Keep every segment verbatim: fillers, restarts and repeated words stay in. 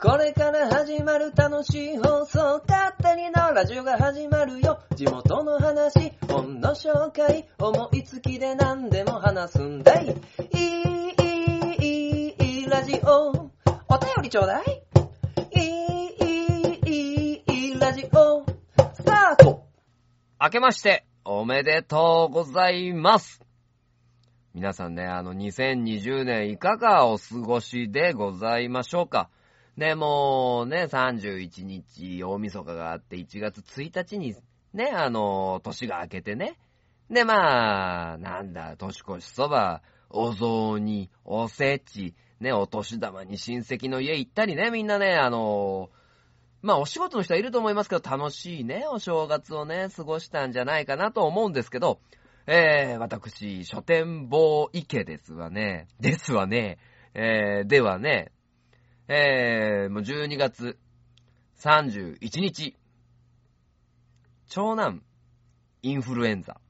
これから始まる楽しい放送、勝手にのラジオが始まるよ。地元の話、本の紹介、思いつきで何でも話すんだい。いい、いい、いいラジオ、お便りちょうだい。いい、いい、いいラジオ、スタート。 明けましておめでとうございます。皆さんね、あのにせんにじゅうねんいかがお過ごしでございましょうか。ね、もうね、さんじゅういちにち大晦日があっていちがつついたちにね、あの年が明けてね。で、まあなんだ、年越しそば、お雑煮、おせち、ね、お年玉に親戚の家行ったりね、みんなね、あのまあお仕事の人はいると思いますけど、楽しいね、お正月をね、過ごしたんじゃないかなと思うんですけど、えー、私、書店坊池ですわね。ですわね。えー、ではね、えー、もうじゅうにがつさんじゅういちにち、長男、インフルエンザ。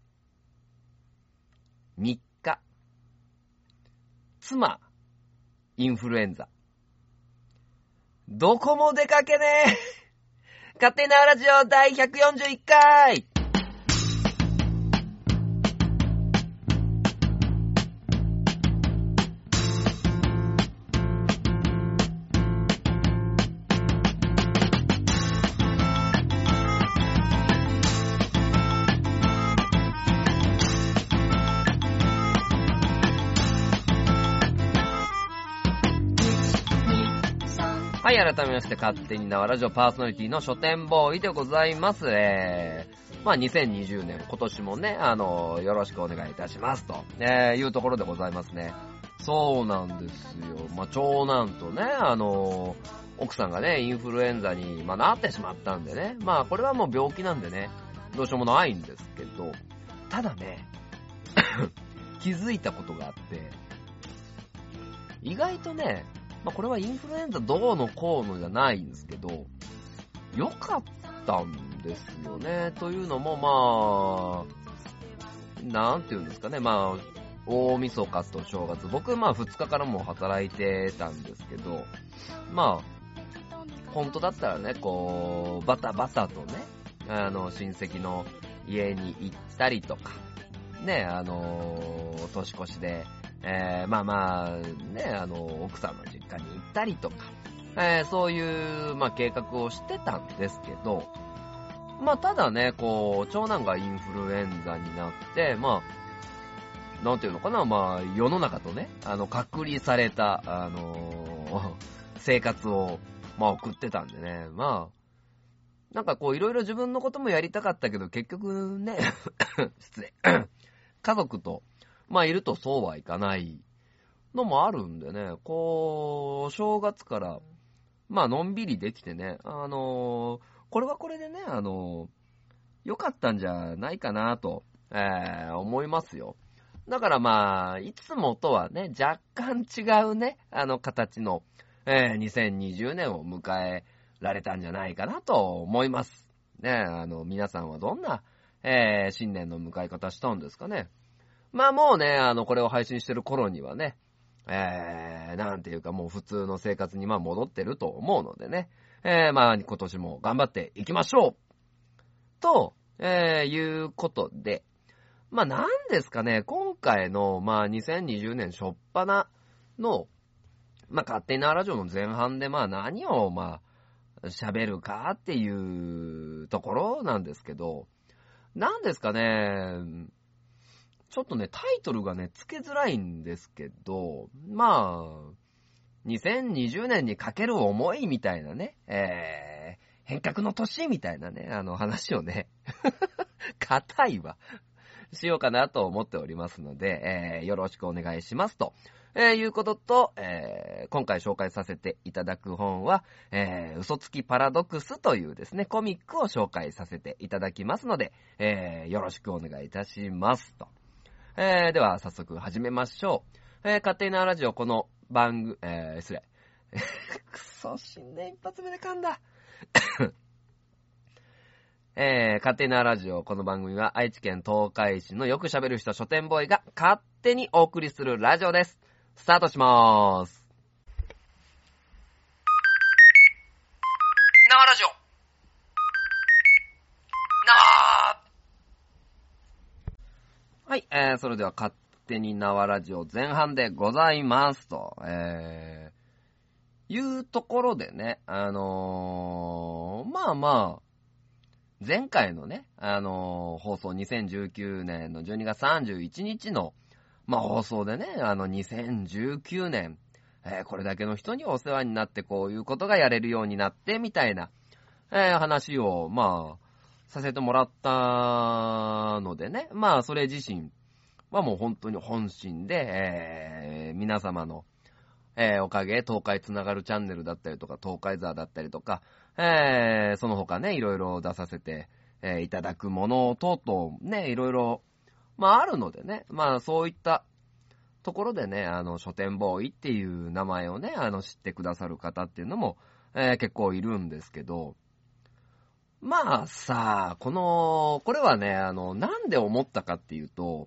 みっか、妻、インフルエンザ。どこも出かけねえ勝手なラジオ第ひゃくよんじゅういっかい。はい、改めまして勝手に縄ラジオパーソナリティの書店ボーイでございます。えー、まあにせんにじゅうねん今年もね、あのよろしくお願いいたしますと、えー、いうところでございますね。そうなんですよ。まあ長男とね、あの奥さんがねインフルエンザに、まあ、なってしまったんでね、まあこれはもう病気なんでね、どうしようもないんですけど、ただね気づいたことがあって、意外とね、まあこれはインフルエンザどうのこうのじゃないんですけど、良かったんですよね。というのもまあ、なんていうんですかね、まあ、大晦日と正月、僕まあふつかからも働いてたんですけど、まあ、本当だったらね、こう、バタバタとね、あの、親戚の家に行ったりとか、ね、あの、年越しで、えー、まあまあ、ね、あの、奥さんの実家に行ったりとか、えー、そういう、まあ計画をしてたんですけど、まあただね、こう、長男がインフルエンザになって、まあ、なんていうのかな、まあ世の中とね、あの、隔離された、あのー、生活を、まあ送ってたんでね、まあ、なんかこういろいろ自分のこともやりたかったけど、結局ね、失礼、家族と、まあいるとそうはいかないのもあるんでね、こう、正月から、まあのんびりできてね、あのー、これはこれでね、あのー、良かったんじゃないかなと、えー、思いますよ。だからまあ、いつもとはね、若干違うね、あの形の、えー、にせんにじゅうねんを迎えられたんじゃないかなと思います。ね、あの、皆さんはどんな、えー、新年の迎え方したんですかね。まあもうね、あの、これを配信してる頃にはね、えー、なんていうかもう普通の生活にまあ戻ってると思うのでね、えー、まあ今年も頑張っていきましょうと、えー、いうことで、まあなんですかね、今回のまあにせんにじゅうねん初っ端の、まあ勝手なラジオの前半でまあ何をまあ喋るかっていうところなんですけど、なんですかね、ちょっとね、タイトルがね、付けづらいんですけど、まあ、にせんにじゅうねんにかける思いみたいなね、えー、変革の年みたいなね、あの話をね、硬いわ、しようかなと思っておりますので、えー、よろしくお願いしますと、えー、いうことと、えー、今回紹介させていただく本は、えー、嘘つきパラドックスというですね、コミックを紹介させていただきますので、えー、よろしくお願いいたしますと。えー、では早速始めましょう。えー、勝手なラジオこの番組、えー、失礼。くそ、新年一発目で噛んだ。えー、勝手なラジオこの番組は愛知県東海市のよく喋る人書店ボーイが勝手にお送りするラジオです。スタートしまーす。 ー、それでは勝手に縄ラジオ前半でございますと、えー、いうところでね、あのー、まあまあ、前回のね、あのー、放送にせんじゅうきゅうねんのじゅうにがつさんじゅういちにちの、まあ放送でね、あのにせんじゅうきゅうねん、えー、これだけの人にお世話になってこういうことがやれるようになってみたいな、えー、話を、まあ、させてもらったのでね、まあそれ自身はもう本当に本心で、えー、皆様の、えー、おかげ、東海つながるチャンネルだったりとか、東海ザーだったりとか、えー、その他ね、いろいろ出させて、えー、いただくもの等々ね、いろいろ、まああるのでね、まあそういったところでね、あの、書店ボーイっていう名前をね、あの、知ってくださる方っていうのも、えー、結構いるんですけど、まあさ、この、これはね、あの、なんで思ったかっていうと、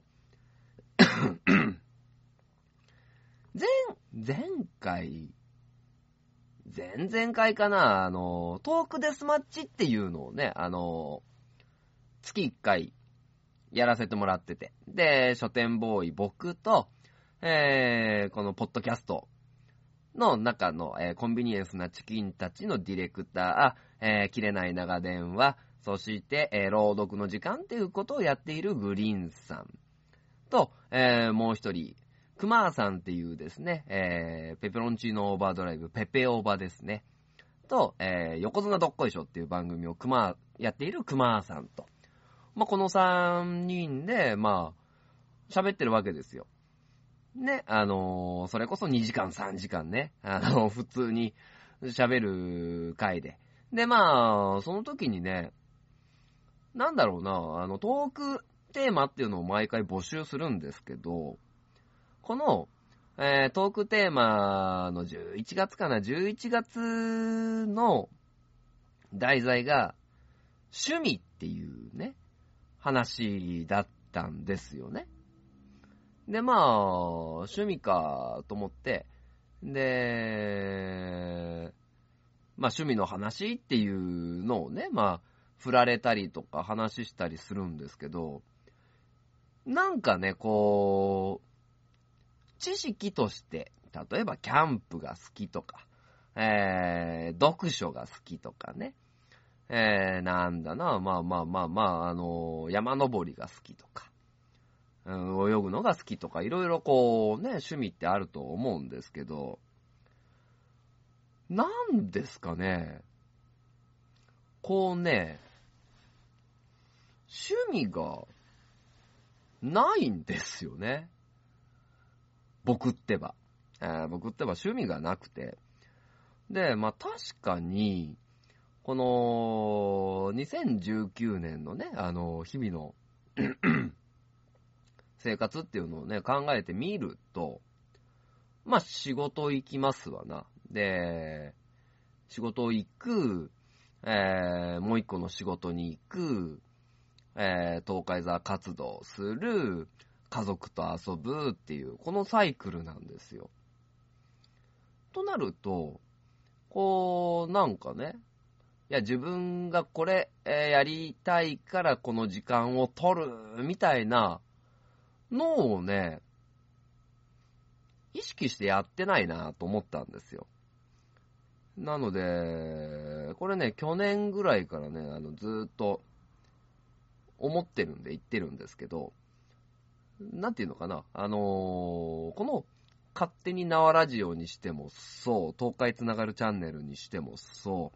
前、前回、前々回かな、あの、トークデスマッチっていうのをね、あの、月いっかいやらせてもらってて、で、書店ボーイ僕と、えー、このポッドキャストの中の、えー、コンビニエンスなチキンたちのディレクター、えー、切れない長電話、そして、えー、朗読の時間っていうことをやっているグリーンさんと、えー、もう一人、クマーさんっていうですね、えー、ペペロンチーノオーバードライブ、ペペオーバーですね。と、えー、横綱どっこいしょっていう番組をクマー、やっているクマーさんと。まあ、このさんにんで、まあ、喋ってるわけですよ。ね、あのー、それこそにじかんさんじかんね、あのー、普通に喋る回で。で、まあ、その時にね、なんだろうな、あの、トークテーマっていうのを毎回募集するんですけど、この、えー、トークテーマのじゅういちがつかな、じゅういちがつの題材が、趣味っていうね、話だったんですよね。で、まあ、趣味かと思って、で、まあ趣味の話っていうのをね、まあ、振られたりとか話したりするんですけど、なんかね、こう、知識として、例えばキャンプが好きとか、えー、読書が好きとかね、えー、なんだな、まあまあまあまあ、あのー、山登りが好きとか、うん、泳ぐのが好きとか、いろいろこうね、趣味ってあると思うんですけど、なんですかね、こうね、趣味がないんですよね。僕ってば。えー、僕ってば趣味がなくて。で、まあ確かに、このにせんじゅうきゅうねんのね、あの、日々の生活っていうのをね、考えてみると、まあ仕事行きますわな。で、仕事行く、えー、もう一個の仕事に行く、えー、東海座活動する、家族と遊ぶっていう、このサイクルなんですよ。となると、こう、なんかね、いや、自分がこれ、えー、やりたいからこの時間を取る、みたいなのをね、意識してやってないなと思ったんですよ。なので、これね、去年ぐらいからね、あの、ずーっと思ってるんで言ってるんですけど、なんていうのかな、あのー、この、勝手に縄ラジオにしてもそう、東海つながるチャンネルにしてもそう、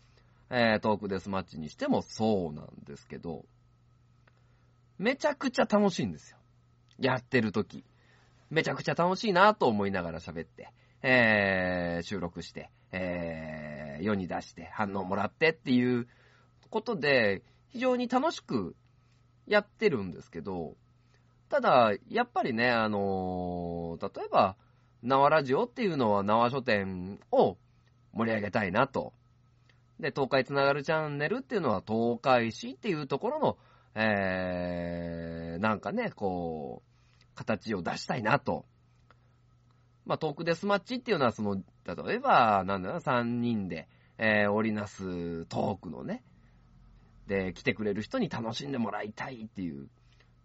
えー、トークデスマッチにしてもそうなんですけど、めちゃくちゃ楽しいんですよ。やってる時。めちゃくちゃ楽しいなと思いながら喋って、えー、収録して、えー、世に出して反応もらってっていうことで、非常に楽しくやってるんですけど、ただ、やっぱりね、あのー、例えば、縄ラジオっていうのは縄書店を盛り上げたいなと。で、東海つながるチャンネルっていうのは東海市っていうところの、えー、なんかね、こう、形を出したいなと。まあ、トークデスマッチっていうのは、その、例えば、なんだろう、さんにんで、えー、織りなすトークのね、で、来てくれる人に楽しんでもらいたいっていう、っ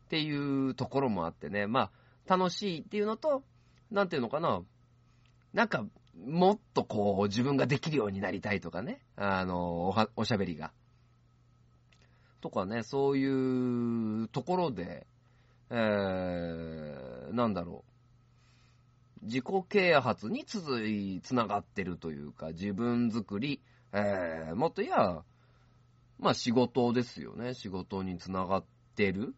っていうところもあってね、まあ、楽しいっていうのと、なんていうのかな、なんか、もっとこう、自分ができるようになりたいとかね、あの、おは、おしゃべりが。とかね、そういうところで、えー、なんだろう。自己啓発に続い、つながってるというか、自分作り、えー、もっと言えば、まあ仕事ですよね。仕事につながってる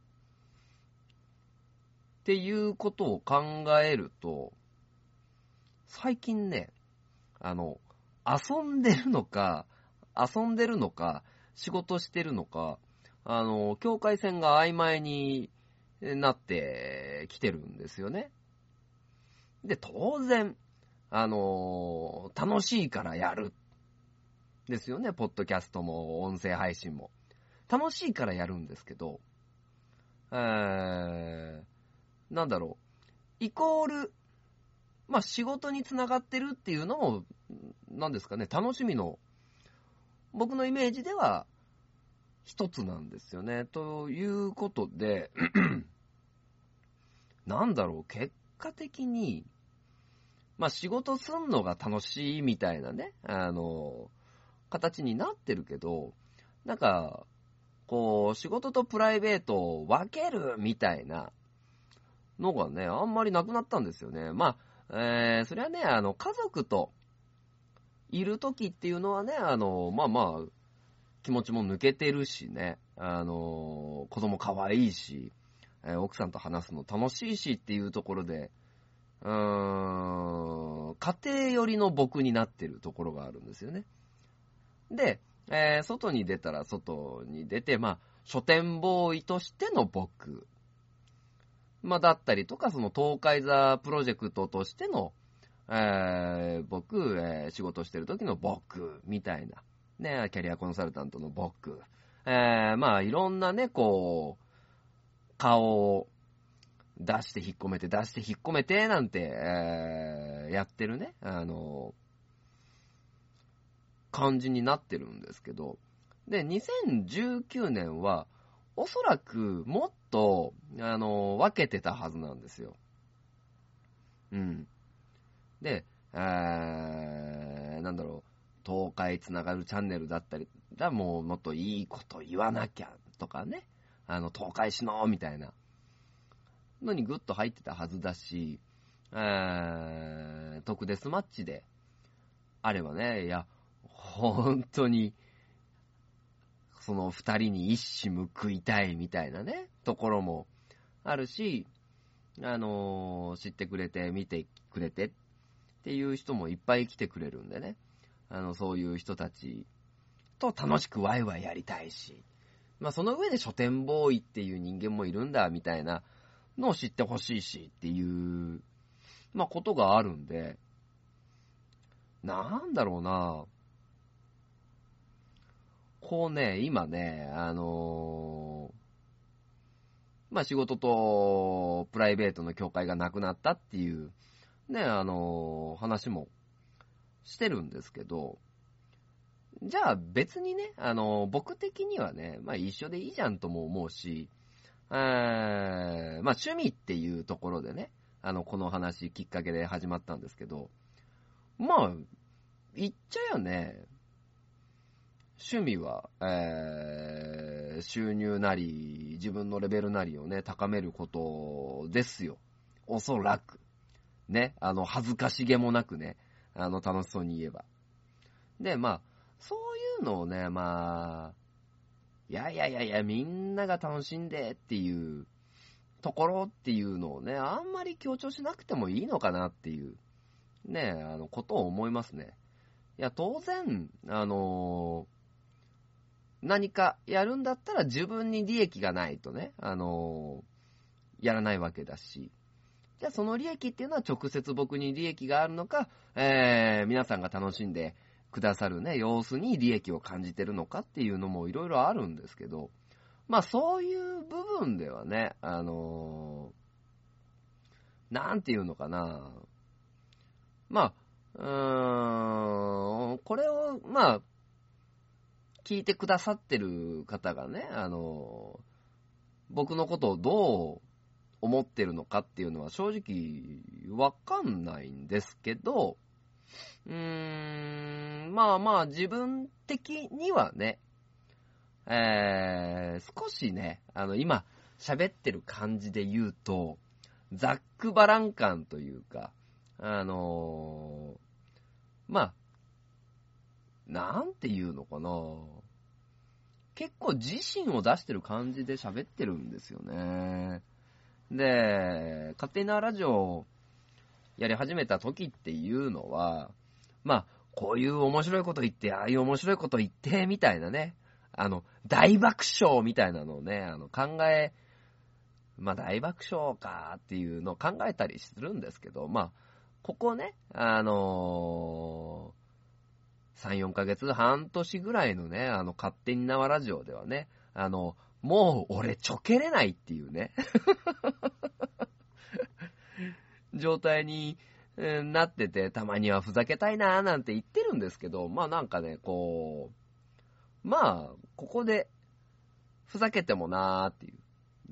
っていうことを考えると、最近ね、あの、遊んでるのか、遊んでるのか、仕事してるのか、あの、境界線が曖昧になってきてるんですよね。で、当然、あの、楽しいからやる。ですよね、ポッドキャストも音声配信も。楽しいからやるんですけど、えー、なんだろう、イコール、まあ仕事につながってるっていうのも、なんですかね、楽しみの、僕のイメージでは、一つなんですよね。ということで、なんだろう、結果的に、まあ仕事すんのが楽しいみたいなね、あの、形になってるけど、なんか、こう、仕事とプライベートを分けるみたいなのがね、あんまりなくなったんですよね。まあ、えー、それはね、あの、家族といる時っていうのはね、あの、まあまあ、気持ちも抜けてるしね、あの、子供可愛いし、えー、奥さんと話すの楽しいしっていうところで、うーん、家庭寄りの僕になってるところがあるんですよね。で、えー、外に出たら外に出て、まあ、書店ボーイとしての僕、まあ、だったりとか、その東海座プロジェクトとしての、えー、僕、えー、仕事してる時の僕、みたいな、ね、キャリアコンサルタントの僕、えー、まあ、いろんなね、こう、顔を出して引っ込めて、出して引っ込めて、なんて、えー、やってるね、あの、感じになってるんですけど、で、にせんじゅうきゅうねんは、おそらくもっと、あの、分けてたはずなんですよ。うん。で、えー、なんだろう、東海つながるチャンネルだったり、だもうもっといいこと言わなきゃとかね、あの、東海しのみたいなのにグッと入ってたはずだし、えー、特デスマッチで、あればね、いや、本当に、その二人に一矢報いたいみたいなね、ところもあるし、あのー、知ってくれて、見てくれてっていう人もいっぱい来てくれるんでね、あの、そういう人たちと楽しくワイワイやりたいし、まあその上で書店ボーイっていう人間もいるんだみたいなのを知ってほしいしっていう、まあことがあるんで、なんだろうな、こうね、今ね、あのー、まあ仕事とプライベートの境界がなくなったっていう、ね、あのー、話もしてるんですけど、じゃあ別にね、あのー、僕的にはね、まあ一緒でいいじゃんとも思うし、えー、まあ趣味っていうところでね、あの、この話きっかけで始まったんですけど、まあ、言っちゃえよね、趣味は、えー、収入なり、自分のレベルなりをね、高めることですよ。おそらく。ね、あの、恥ずかしげもなくね、あの、楽しそうに言えば。で、まあ、そういうのをね、まあ、いやいやいやいや、みんなが楽しんでっていうところっていうのをね、あんまり強調しなくてもいいのかなっていう、ね、あの、ことを思いますね。いや、当然、あのー、何かやるんだったら自分に利益がないとね、あのー、やらないわけだし、じゃあその利益っていうのは直接僕に利益があるのか、えー、皆さんが楽しんでくださるね、様子に利益を感じてるのかっていうのもいろいろあるんですけど、まあそういう部分ではね、あのー、なんていうのかな、まあ、うーん、これを、まあ、聞いてくださってる方がね、あの、 僕のことをどう思ってるのかっていうのは正直わかんないんですけど、うーん、まあまあ自分的にはね、えー、少しね、あの今喋ってる感じで言うと、ザックバラン感というか、あのー、まあ、なんていうのかな、結構自身を出してる感じで喋ってるんですよね。で、勝手になラジオをやり始めた時っていうのは、まあ、こういう面白いこと言って、ああいう面白いこと言って、みたいなね、あの、大爆笑みたいなのをね、あの、考え、まあ、大爆笑かっていうのを考えたりするんですけど、まあ、ここね、あのー、さん、よんかげつ、半年ぐらいのね、あの、勝手に縄ラジオではね、あの、もう俺ちょけれないっていうね、状態になってて、たまにはふざけたいなーなんて言ってるんですけど、まあなんかね、こう、まあ、ここで、ふざけてもなーっていう。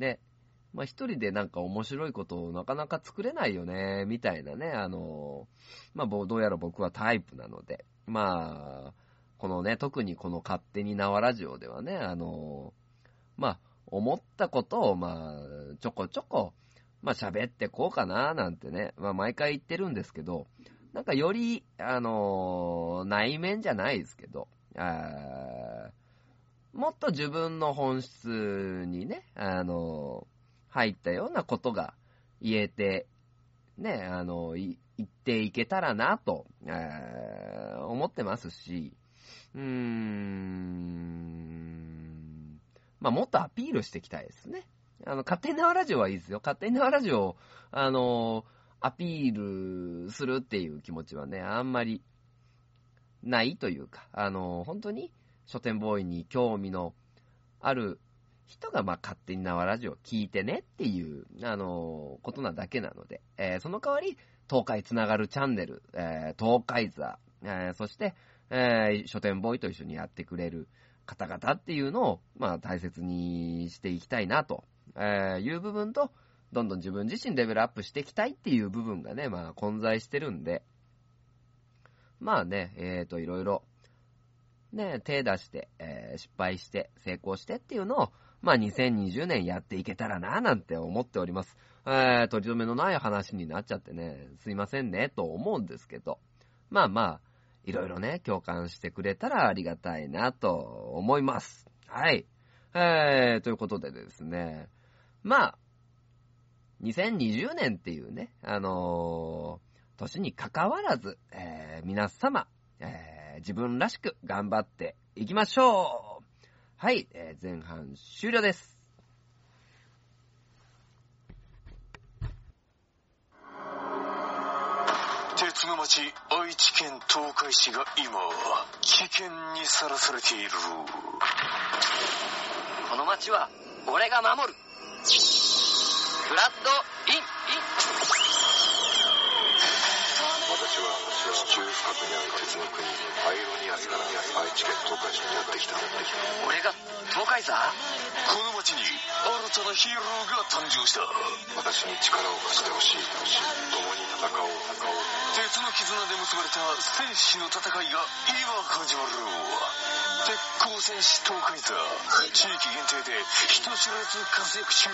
ね。まあ一人でなんか面白いことをなかなか作れないよね、みたいなね、あの、まあどうやら僕はタイプなので、まあ、このね、特にこの勝手に縄ラジオではね、あの、まあ、思ったことを、まあ、ちょこちょこ、まあ喋ってこうかな、なんてね、まあ毎回言ってるんですけど、なんかより、あの、内面じゃないですけど、あもっと自分の本質にね、あの、入ったようなことが言えて、ね、あの、言っていけたらなと、えー、思ってますし、うーん、まあ、もっとアピールしていきたいですね。あの、勝手に縄ラジオはいいですよ。勝手に縄ラジオを、あの、アピールするっていう気持ちはね、あんまりないというか、あの、本当に書店ボーイに興味のある人が、まあ、勝手に縄ラジオを聞いてねっていう、あのー、ことなだけなので、えー、その代わり、東海つながるチャンネル、えー、東海座、えー、そして、えー、書店ボーイと一緒にやってくれる方々っていうのを、まあ、大切にしていきたいなと、えー、いう部分と、どんどん自分自身レベルアップしていきたいっていう部分がね、まあ、混在してるんで、まあね、えーと、いろいろ、ね、手出して、えー、失敗して、成功してっていうのを、まあ、にせんにじゅうねんやっていけたらな、なんて思っております。えー、取り留めのない話になっちゃってね、すいませんね、と思うんですけど、まあまあ、いろいろね、共感してくれたらありがたいな、と思います。はい。えー、ということでですね、まあ、にせんにじゅうねんっていうね、あのー、年に関わらず、えー、皆様、えー、自分らしく頑張っていきましょう。はい、えー、前半終了です。 鉄の町愛知県東海市が今危険にさらされている。 この町は俺が守る。フラッドインイン。 私は地中深くにある鉄の国アイロニアスから愛知県東海市にやってきた。 俺が東海座？ この町に新たなヒーローが誕生した。私に力を貸してほしい。共に戦おう。鉄の絆で結ばれた戦士の戦いが今始まる。鉄鋼戦士東海座、地域限定で人知れず活躍中。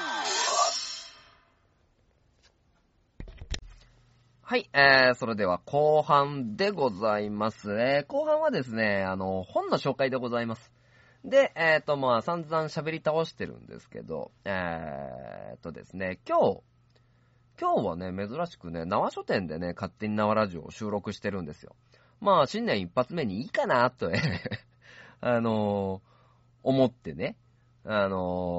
はい、えー、それでは後半でございます。えー、後半はですね、あの、本の紹介でございます。で、えっと、まあ、散々喋り倒してるんですけど、えーっとですね、今日、今日はね、珍しくね、縄書店でね、勝手に縄ラジオを収録してるんですよ。まあ、新年一発目にいいかな、と、あのー、思ってね、あ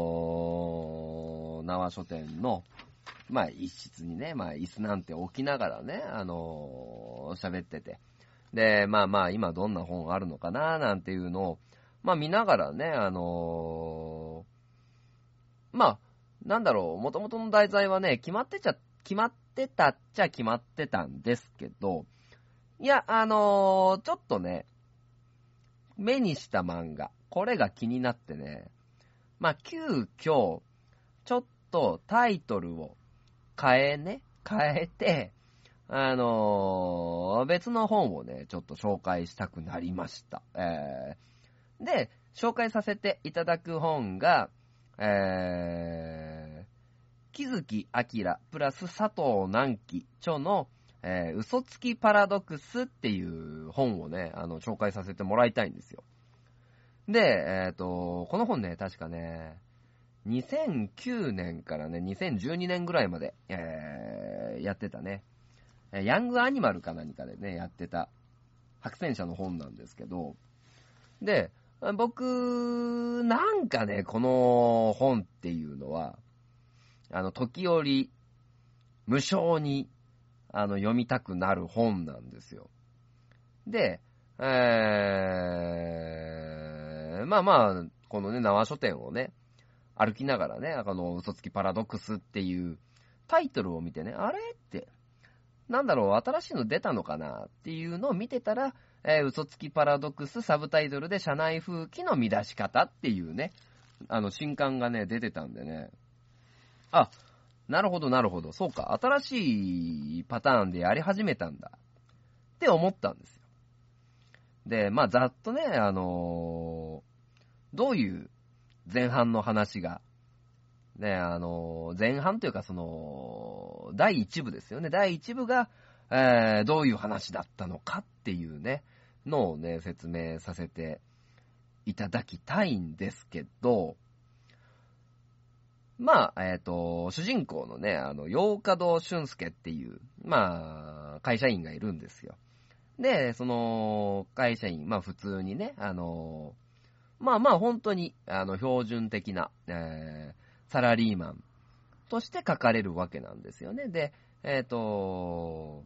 のー、縄書店の、まあ、一室にね、まあ、椅子なんて置きながらね、あのー、喋ってて。で、まあまあ、今どんな本あるのかな、なんていうのを、まあ見ながらね、あのー、まあ、なんだろう、元々の題材はね、決まってちゃ、決まってたっちゃ決まってたんですけど、いや、あのー、ちょっとね、目にした漫画、これが気になってね、まあ、急遽、 ちょっとタイトルを変えね、変えて、あのー、別の本をね、ちょっと紹介したくなりました。えー、で、紹介させていただく本が、えー、木月明プラス佐藤南紀著の、えー、嘘つきパラドクスっていう本をね、あの、紹介させてもらいたいんですよ。で、えっと、この本ね、確かね、にせんきゅうねんからね、にせんじゅうにねんぐらいまで、えー、やってたね、ヤングアニマルか何かでね、やってた白戦車の本なんですけど、で、僕、なんかね、この本っていうのは、あの、時折、無償に、あの、読みたくなる本なんですよ。で、えー、まあまあ、このね、縄書店をね、歩きながらね、あの、嘘つきパラドックスっていうタイトルを見てね、あれって、なんだろう、新しいの出たのかなっていうのを見てたら、えー、嘘つきパラドックスサブタイトルで社内風紀の乱し方っていうね、あの、新刊がね、出てたんでね、あ、なるほどなるほど、そうか、新しいパターンでやり始めたんだって思ったんですよ。で、まあ、ざっとね、あのー、どういう前半の話が、ね、あのー、前半というかその、だいいち部ですよね。だいいち部が、えー、どういう話だったのかっていうね、のをね、説明させていただきたいんですけど、まあ、えっと、主人公のね、あの、洋華堂俊介っていう、まあ、会社員がいるんですよ。で、その、会社員、まあ普通にね、あの、まあまあ本当に、あの、標準的な、えー、サラリーマンとして書かれるわけなんですよね。で、えっと、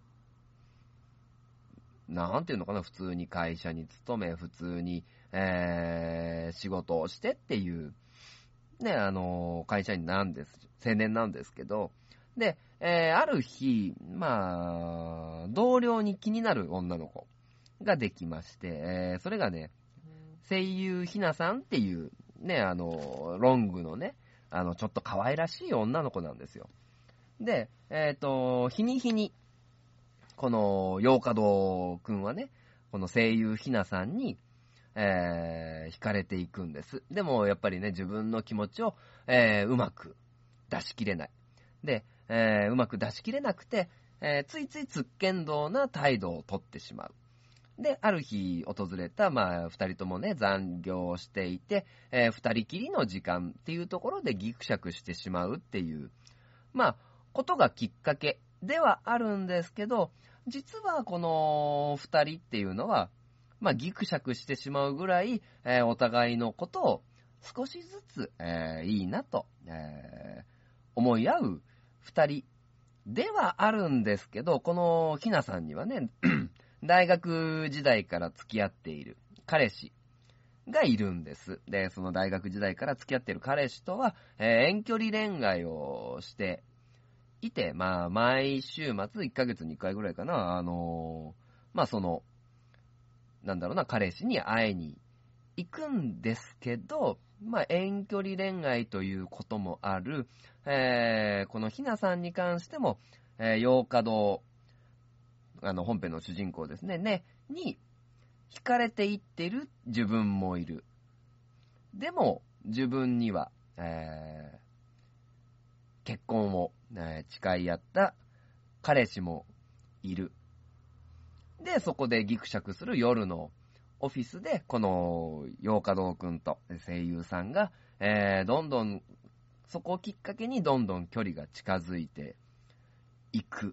なんていうのかな、普通に会社に勤め、普通に、えー、仕事をしてっていう、ね、あの、会社員なんです、青年なんですけど、で、えー、ある日、まあ、同僚に気になる女の子ができまして、えー、それがね、声優ひなさんっていう、ね、あの、ロングのね、あの、ちょっと可愛らしい女の子なんですよ。で、えっと、日に日に、この、洋華堂くんはね、この声優ひなさんに、えー、惹かれていくんです。でも、やっぱりね、自分の気持ちを、えー、うまく出し切れない。で、えー、うまく出し切れなくて、えー、ついついつっけんどうな態度をとってしまう。で、ある日訪れた、まあ、二人ともね、残業をしていて、えー、二人きりの時間っていうところでギクシャクしてしまうっていう、まあ、ことがきっかけではあるんですけど、実はこの二人っていうのは、まあ、ギクシャクしてしまうぐらい、えー、お互いのことを少しずつ、えー、いいなと、えー、思い合う二人ではあるんですけど、このひなさんにはね、大学時代から付き合っている彼氏がいるんです。で、その大学時代から付き合っている彼氏とは、えー、遠距離恋愛をしていて、まあ、毎週末いっかげつにいっかいぐらいかな、あのー、まあ、その、なんだろうな、彼氏に会いに行くんですけど、まあ、遠距離恋愛ということもある、えー、このひなさんに関しても、えー、洋華堂、あの、本編の主人公ですね、ね、に、惹かれていってる自分もいる。でも、自分には、えー、結婚を、えー、誓い合った彼氏もいる。で、そこでギクシャクする夜のオフィスで、この洋華堂くんと声優さんが、えー、どんどん、そこをきっかけにどんどん距離が近づいていく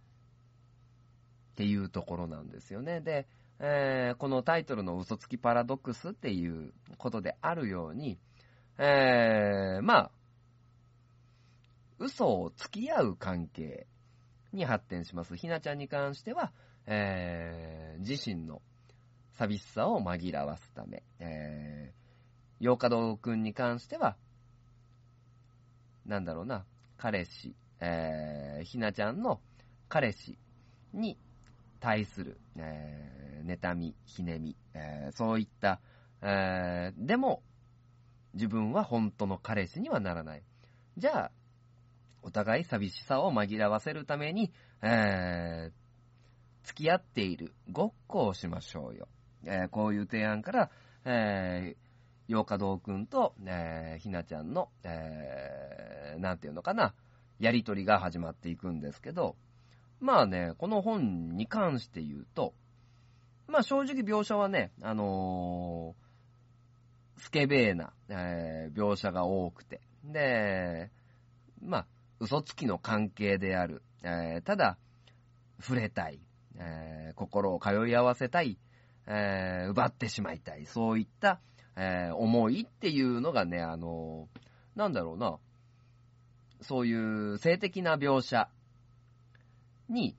っていうところなんですよね。で、えー、このタイトルの嘘つきパラドックスっていうことであるように、えー、まあ、嘘をつき合う関係に発展します。ひなちゃんに関しては、えー、自身の寂しさを紛らわすため、えー、洋華堂くんに関しては、なんだろうな、彼氏、えー、ひなちゃんの彼氏に対する、えー、妬み、ひねみ、えー、そういった、えー、でも、自分は本当の彼氏にはならない。 じゃあ、お互い寂しさを紛らわせるために、えー、付き合っているごっこをしましょうよ。えー、こういう提案から、えー、洋華堂くんと、えー、ひなちゃんの、えー、なんていうのかな、やりとりが始まっていくんですけど、まあね、この本に関して言うと、まあ正直描写はね、あのー、スケベーな、えー、描写が多くて、で、まあ、嘘つきの関係である、えー、ただ、触れたい、えー、心を通い合わせたい、えー、奪ってしまいたい、そういった、えー、思いっていうのがね、あのー、なんだろうな、そういう性的な描写に、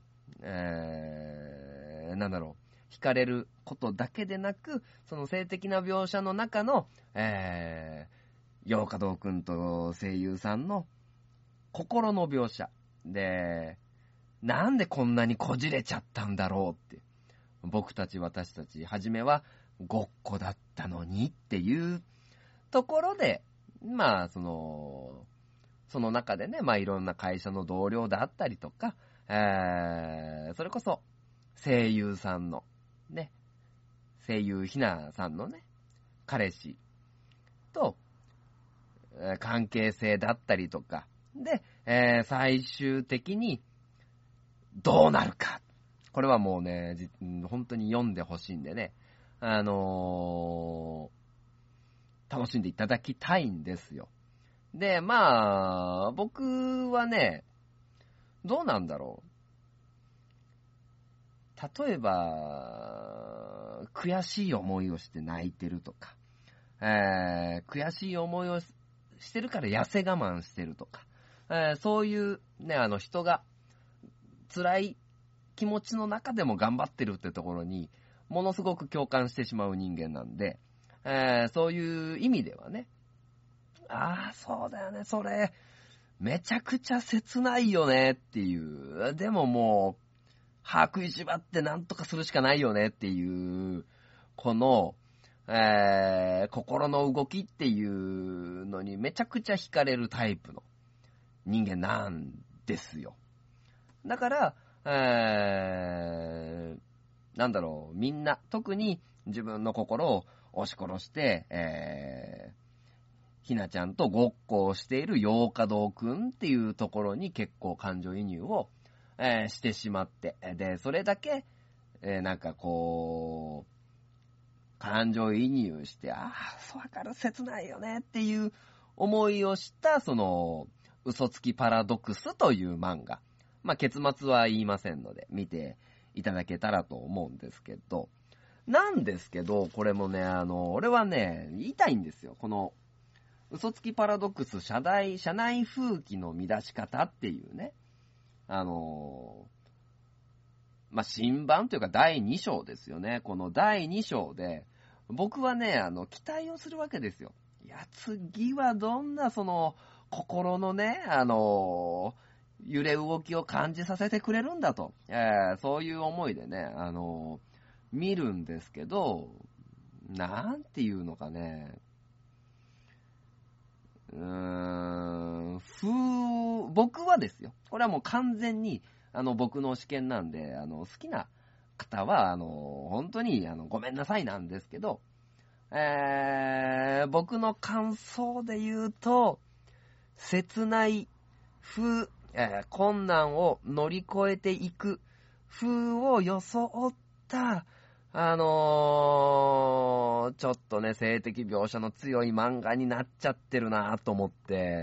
えー、なんだろう、惹かれることだけでなく、その性的な描写の中の、えー、洋華堂くんと声優さんの心の描写で、なんでこんなにこじれちゃったんだろうって、僕たち私たち、はじめはごっこだったのにっていうところで、まあそのその中でね、まあいろんな会社の同僚だったりとか、えー、それこそ声優さんのね、声優ひなさんのね、彼氏と、えー、関係性だったりとかで、えー、最終的にどうなるか、これはもうね、本当に読んでほしいんでね、あのー、楽しんでいただきたいんですよ。で、まあ僕はね、どうなんだろう。例えば、悔しい思いをして泣いてるとか、えー、悔しい思いをしてるから痩せ我慢してるとか、えー、そういうね、あの人が辛い気持ちの中でも頑張ってるってところに、ものすごく共感してしまう人間なんで、えー、そういう意味ではね、ああ、そうだよね、それ、めちゃくちゃ切ないよねっていう、でももう、歯食いしばってなんとかするしかないよねっていう、この、えー、心の動きっていうのにめちゃくちゃ惹かれるタイプの人間なんですよ。だから、えー、なんだろう、みんな、特に自分の心を押し殺して、えー、ひなちゃんとごっこをしている洋華堂くんっていうところに結構感情移入を、えー、してしまって、で、それだけ、えー、なんかこう、感情移入して、ああ、そうわかる、切ないよねっていう思いをした、その、嘘つきパラドクスという漫画。まあ、結末は言いませんので、見ていただけたらと思うんですけど、なんですけど、これもね、あの、俺はね、言いたいんですよ。この、嘘つきパラドックス社内、社内風紀の乱し方っていうね、あのー、まあ、新版というかだいに章ですよね。このだいに章で、僕はね、あの、期待をするわけですよ。いや、次はどんなその、心のね、あのー、揺れ動きを感じさせてくれるんだと、えー、そういう思いでね、あのー、見るんですけど、なんていうのかね、うーん、風、僕はですよ。これはもう完全に、あの、僕の試験なんで、あの、好きな方は、あの、本当に、あの、ごめんなさいなんですけど、えー、僕の感想で言うと、切ない風、えー、困難を乗り越えていく風を装った、あのー、ちょっとね、性的描写の強い漫画になっちゃってるなと思って、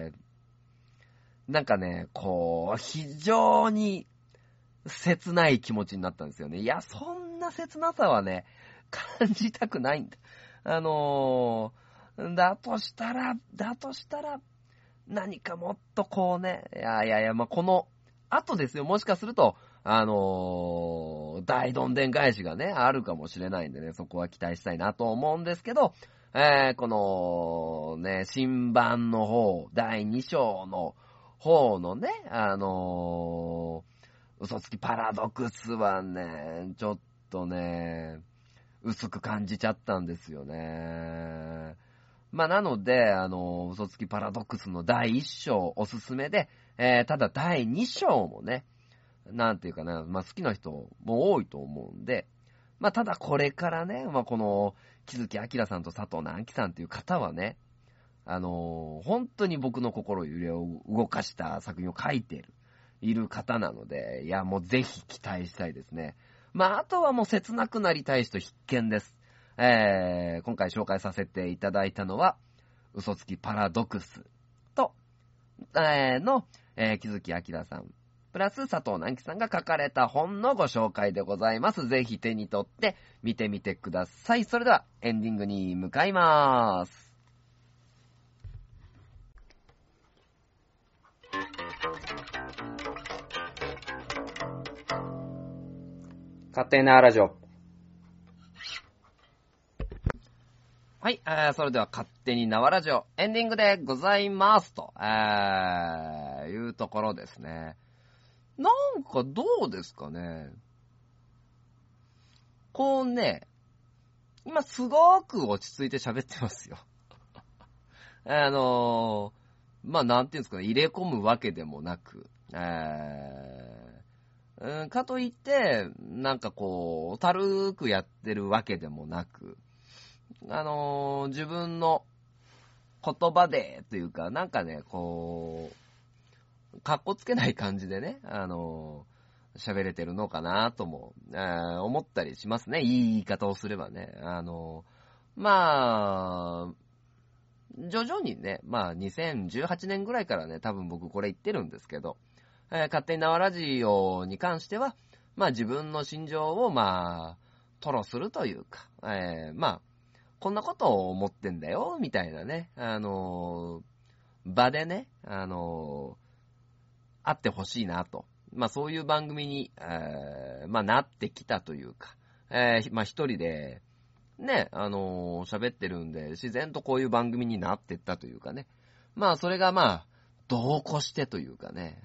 なんかね、こう、非常に切ない気持ちになったんですよね。いや、そんな切なさはね、感じたくないんだ。あのー、だとしたら、だとしたら、何かもっとこうね、いやいやいや、まあ、この後ですよ、もしかすると、あのー、大どんでん返しがね、あるかもしれないんでね、そこは期待したいなと思うんですけど、えー、この、ね、新版の方、だいに章の方のね、あのー、嘘つきパラドクスはね、ちょっとね、薄く感じちゃったんですよね。 まあなので、あの、嘘つきパラドックスのだいいっ章おすすめで、えー、ただだいに章もね、なんていうかな、まあ好きな人も多いと思うんで、まあただこれからね、まあこの、木月明さんと佐藤直樹さんという方はね、あのー、本当に僕の心揺れを動かした作品を書いている、いる方なので、いやもうぜひ期待したいですね。まああとはもう切なくなりたい人必見です。えー、今回紹介させていただいたのは、嘘つきパラドクスと、えー、の、えー、木月明さん、プラス佐藤直樹さんが書かれた本のご紹介でございます。ぜひ手に取って見てみてください。それではエンディングに向かいます。 勝手なラジオ。 はい、えー、それでは勝手に縄ラジオエンディングでございますと、えー、いうところですね。なんかどうですかね。こうね、今すごく落ち着いて喋ってますよ。あのー、まあなんていうんですかね、入れ込むわけでもなく、えー、うん、かといって、なんかこう、たるくやってるわけでもなく、あのー、自分の言葉でというか、なんかね、こう、かっこつけない感じでね、あのー、喋れてるのかなとも、えー、思ったりしますね。いい言い方をすればね。あのー、まあ、徐々にね、まあにせんじゅうはちねんぐらいからね、多分僕これ言ってるんですけど、えー、勝手に縄ラジオに関しては、まあ自分の心情をまあ、吐露するというか、えー、まあ、こんなことを思ってんだよ、みたいなね、あのー、場でね、あのー、あってほしいなと。まあそういう番組に、えー、まあなってきたというか、えー、まあ一人で、ね、あのー、喋ってるんで、自然とこういう番組になってったというかね。まあそれがまあ、度を越してというかね。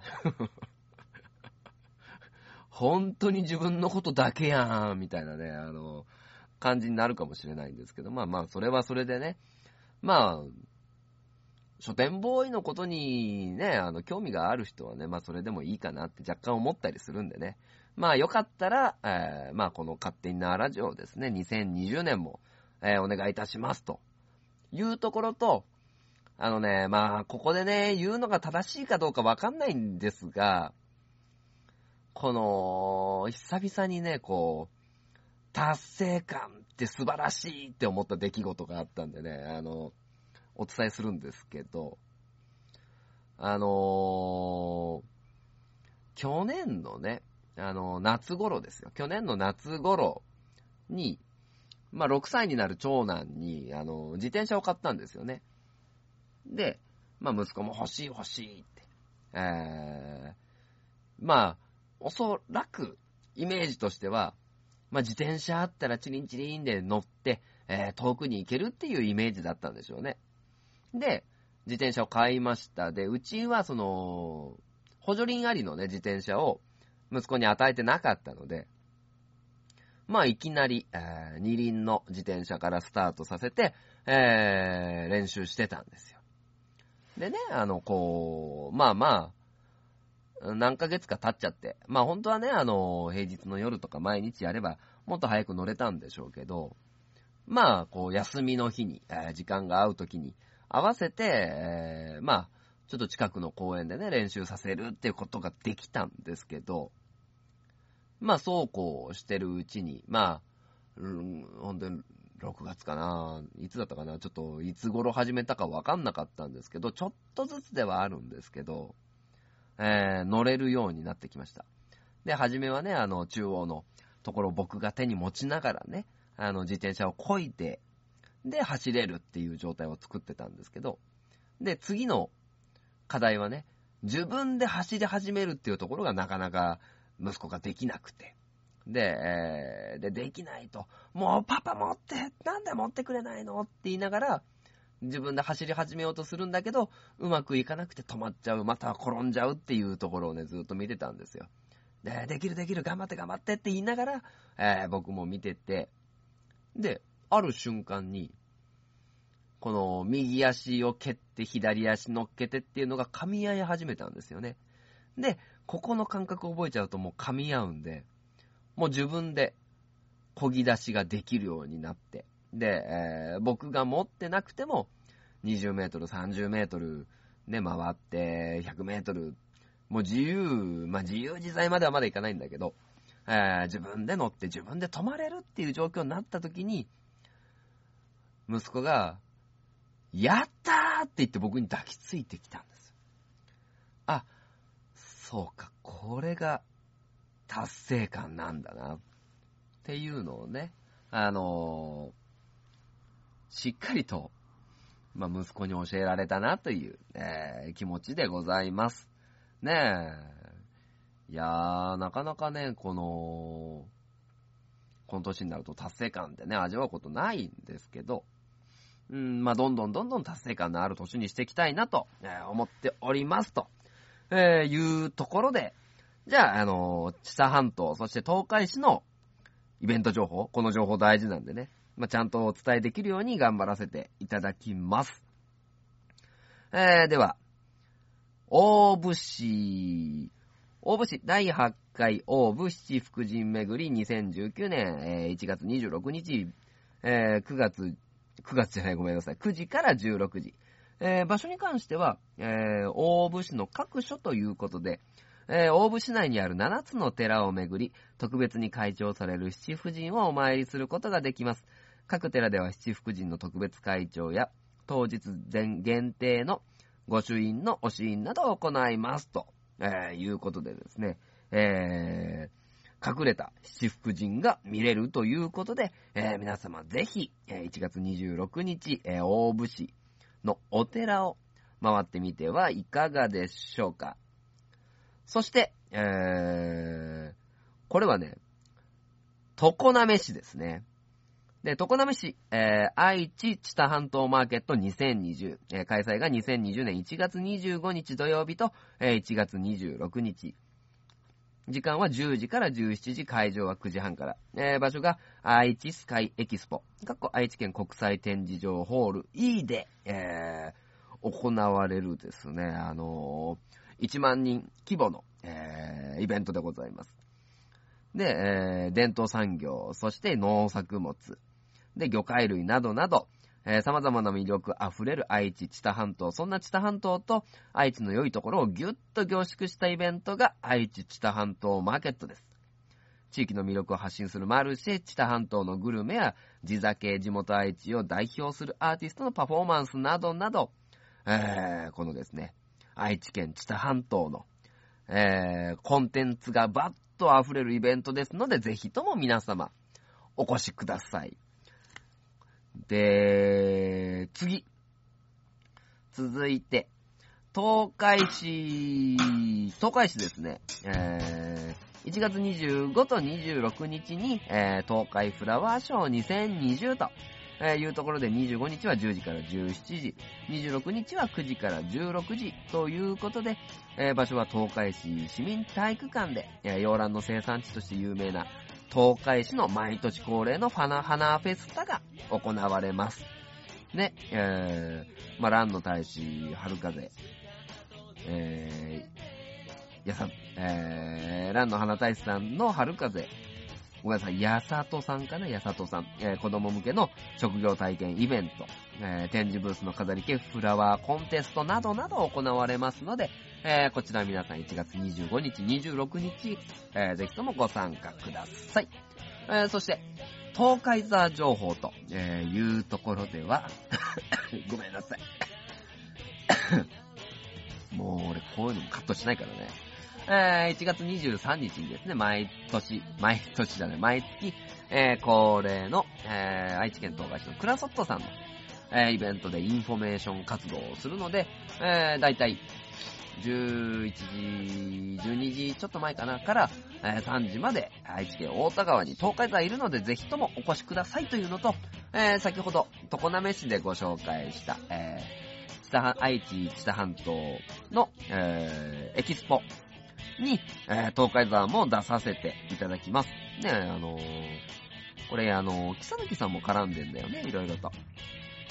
本当に自分のことだけやん、みたいなね、あのー、感じになるかもしれないんですけど、まあまあ、それはそれでね、まあ、書店ボーイのことにね、あの、興味がある人はね、まあそれでもいいかなって若干思ったりするんでね。まあよかったら、えー、まあこの勝手になラジオをですね、にせんにじゅうねんも、えー、お願いいたしますというところと、あのね、まあここでね、言うのが正しいかどうかわかんないんですが、この、久々にね、こう、達成感って素晴らしいって思った出来事があったんでね、あの、お伝えするんですけど、あのー、去年のね、あのー、夏頃ですよ。去年の夏頃に、まあ、ろくさいになる長男に、あのー、自転車を買ったんですよね。で、まあ、息子も欲しい欲しいって。えー、まあ、おそらく、イメージとしては、まあ、自転車あったらチリンチリンで乗って、えー、遠くに行けるっていうイメージだったんでしょうね。で、自転車を買いました。で、うちはその、補助輪ありのね、自転車を息子に与えてなかったので、まあ、いきなり、えー、二輪の自転車からスタートさせて、えー、練習してたんですよ。でね、あの、こう、まあまあ、何ヶ月か経っちゃって、まあ本当はね、あの、平日の夜とか毎日やれば、もっと早く乗れたんでしょうけど、まあ、こう、休みの日に、えー、時間が合う時に、合わせて、えー、まあ、ちょっと近くの公園でね、練習させるっていうことができたんですけど、まあ、そうこうしてるうちに、まあ、うん、本当にろくがつかな、いつだったかな、ちょっといつ頃始めたかわかんなかったんですけど、ちょっとずつではあるんですけど、えー、乗れるようになってきました。で、初めはね、あの、中央のところを僕が手に持ちながらね、あの、自転車を漕いで、で、走れるっていう状態を作ってたんですけど、で、次の課題はね、自分で走り始めるっていうところがなかなか息子ができなくて、で、えー、で、できないと、もうパパ持って、なんで持ってくれないのって言いながら、自分で走り始めようとするんだけど、うまくいかなくて止まっちゃう、または転んじゃうっていうところをね、ずっと見てたんですよ。で、できるできる、頑張って頑張ってって言いながら、えー、僕も見てて、で、ある瞬間に、 この右足を蹴って左足乗っけてっていうのが噛み合い始めたんですよね。で、ここの感覚を覚えちゃうともう噛み合うんで、もう自分で漕ぎ出しができるようになって、で、えー、僕が持ってなくてもにじゅうメートル、さんじゅうメートルね、回ってひゃくメートル、もう自由、まあ自由自在まではまだいかないんだけど、えー、自分で乗って自分で止まれるっていう状況になった時に、息子が、やったーって言って僕に抱きついてきたんですよ。あ、そうか、これが達成感なんだなっていうのをね、あのー、しっかりと、まあ、息子に教えられたなという、えー、気持ちでございます。ねえ。いやー、なかなかね、この、この年になると達成感ってね、味わうことないんですけど、うん、まあ、どんどんどんどん達成感のある年にしていきたいなと、えー、思っておりますと、えー、いうところで、じゃあ、あのー、知多半島、そして東海市のイベント情報、この情報大事なんでね、まあ、ちゃんとお伝えできるように頑張らせていただきます。えー、では、大府市、大府市だいはちかい大府七福神巡りにせんじゅうきゅうねん、えー、いちがつにじゅうろくにち、えー、くがつ、くがつじゃない、ごめんなさい、くじからじゅうろくじ。えー、場所に関しては、えー、大府市の各所ということで、えー、大府市内にあるななつの寺を巡り、特別に開帳される七福神をお参りすることができます。各寺では七福神の特別開帳や、当日限定の御朱印の押印などを行いますと、えー、いうことでですね、えー、隠れた七福神が見れるということで、えー、皆様ぜひ、いちがつにじゅうろくにち、えー、大府市のお寺を回ってみてはいかがでしょうか。そして、えー、これはね、常滑市ですね。で、常滑市、えー、愛知知多半島マーケットにせんにじゅう、えー、開催がにせんにじゅうねんいちがつにじゅうごにち土曜日と、えー、いちがつにじゅうろくにち。時間はじゅうじからじゅうしちじ、会場はくじはんから。えー、場所が愛知スカイエキスポ、かっこ愛知県国際展示場ホール E で、えー、行われるですね、あのー、いちまんにん規模の、えー、イベントでございます。で、えー、伝統産業、そして農作物、で、魚介類などなど、えー、様々な魅力あふれる愛知知多半島、そんな知多半島と愛知の良いところをぎゅっと凝縮したイベントが愛知知多半島マーケットです。地域の魅力を発信するマルシェ、知多半島のグルメや地酒、地元愛知を代表するアーティストのパフォーマンスなどなど、えー、このですね、愛知県知多半島の、えー、コンテンツがバッと溢れるイベントですので、ぜひとも皆様お越しください。で、次。続いて、東海市、東海市ですね。えー、いちがつにじゅうごとにじゅうろくにちに、えー、東海フラワーショーにせんにじゅうと、えー、いうところでにじゅうごにちはじゅうじからじゅうしちじ、にじゅうろくにちはくじからじゅうろくじということで、えー、場所は東海市市民体育館で、えー、洋蘭の生産地として有名な東海市の毎年恒例の花花フェスタが行われます。ね、えー、まあ、蘭の大使、春風、えー、やさ、えー、蘭の花大使さんの春風、ごめんなさい、やさとさんかな、やさとさん、えー、子供向けの職業体験イベント、えー、展示ブースの飾り系フラワーコンテストなどなど行われますので、えー、こちら皆さんいちがつにじゅうごにち、にじゅうろくにち、えー、ぜひともご参加ください。えー、そして、東海座情報と、えー、いうところでは、ごめんなさい。もう俺こういうのもカットしないからね。えー、いちがつにじゅうさんにちにですね、毎年、毎年じゃない、毎月、えー、恒例の、えー、愛知県東海市のクラソットさんの、えー、イベントでインフォメーション活動をするので、えー、だいたいじゅういちじ、じゅうにじちょっと前かなから、えー、さんじまで愛知県大田川に東海座いるのでぜひともお越しくださいというのと、えー、先ほど常滑市でご紹介した、えー、知多愛知知多半島の、えー、エキスポに、えー、東海座も出させていただきます。ね、あのー、これあのー、木佐貫さんも絡んでんだよね、いろいろと。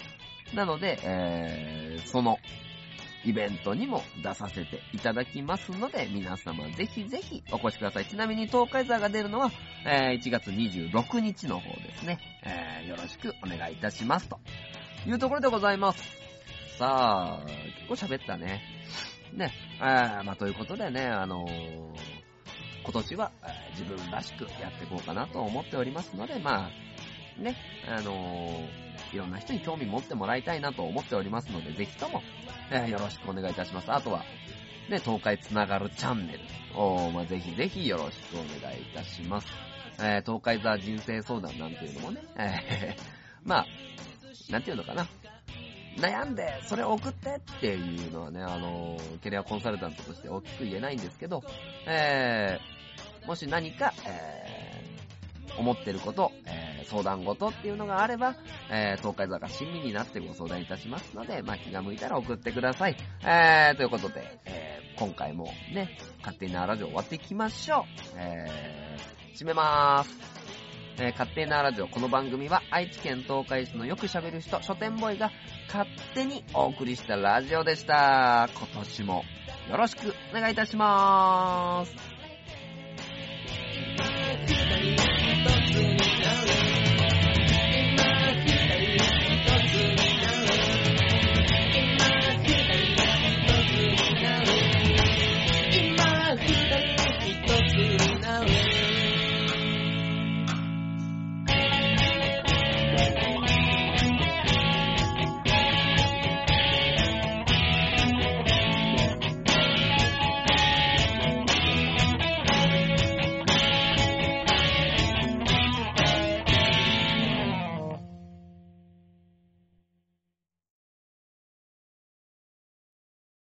なので、えー、そのイベントにも出させていただきますので、皆様ぜひぜひお越しください。ちなみに東海座が出るのは、えー、いちがつにじゅうろくにちの方ですね。えー、よろしくお願いいたしますというところでございます。さあ、結構喋ったね。ね、えー、まあということでね、あのー、今年は、えー、自分らしくやっていこうかなと思っておりますので、まあ、ね、あのー、いろんな人に興味持ってもらいたいなと思っておりますので、ぜひとも、えー、よろしくお願いいたします。あとは、ね、東海つながるチャンネルを、まあ、ぜひぜひよろしくお願いいたします。えー、東海座人生相談なんていうのもね、えー、まあ、なんていうのかな。悩んで、それを送ってっていうのはね、あのー、キャリアコンサルタントとして大きく言えないんですけど、えー、もし何か、えー、思ってること、えー、相談事っていうのがあれば、えー、東海座が親身になってご相談いたしますので、まあ、気が向いたら送ってください。えー、ということで、えー、今回もね、勝手になラジオ終わっていきましょう。えー、締めまーす。えー、勝手なラジオ、この番組は愛知県東海市のよく喋る人、書店ボーイが勝手にお送りしたラジオでした。今年もよろしくお願いいたします。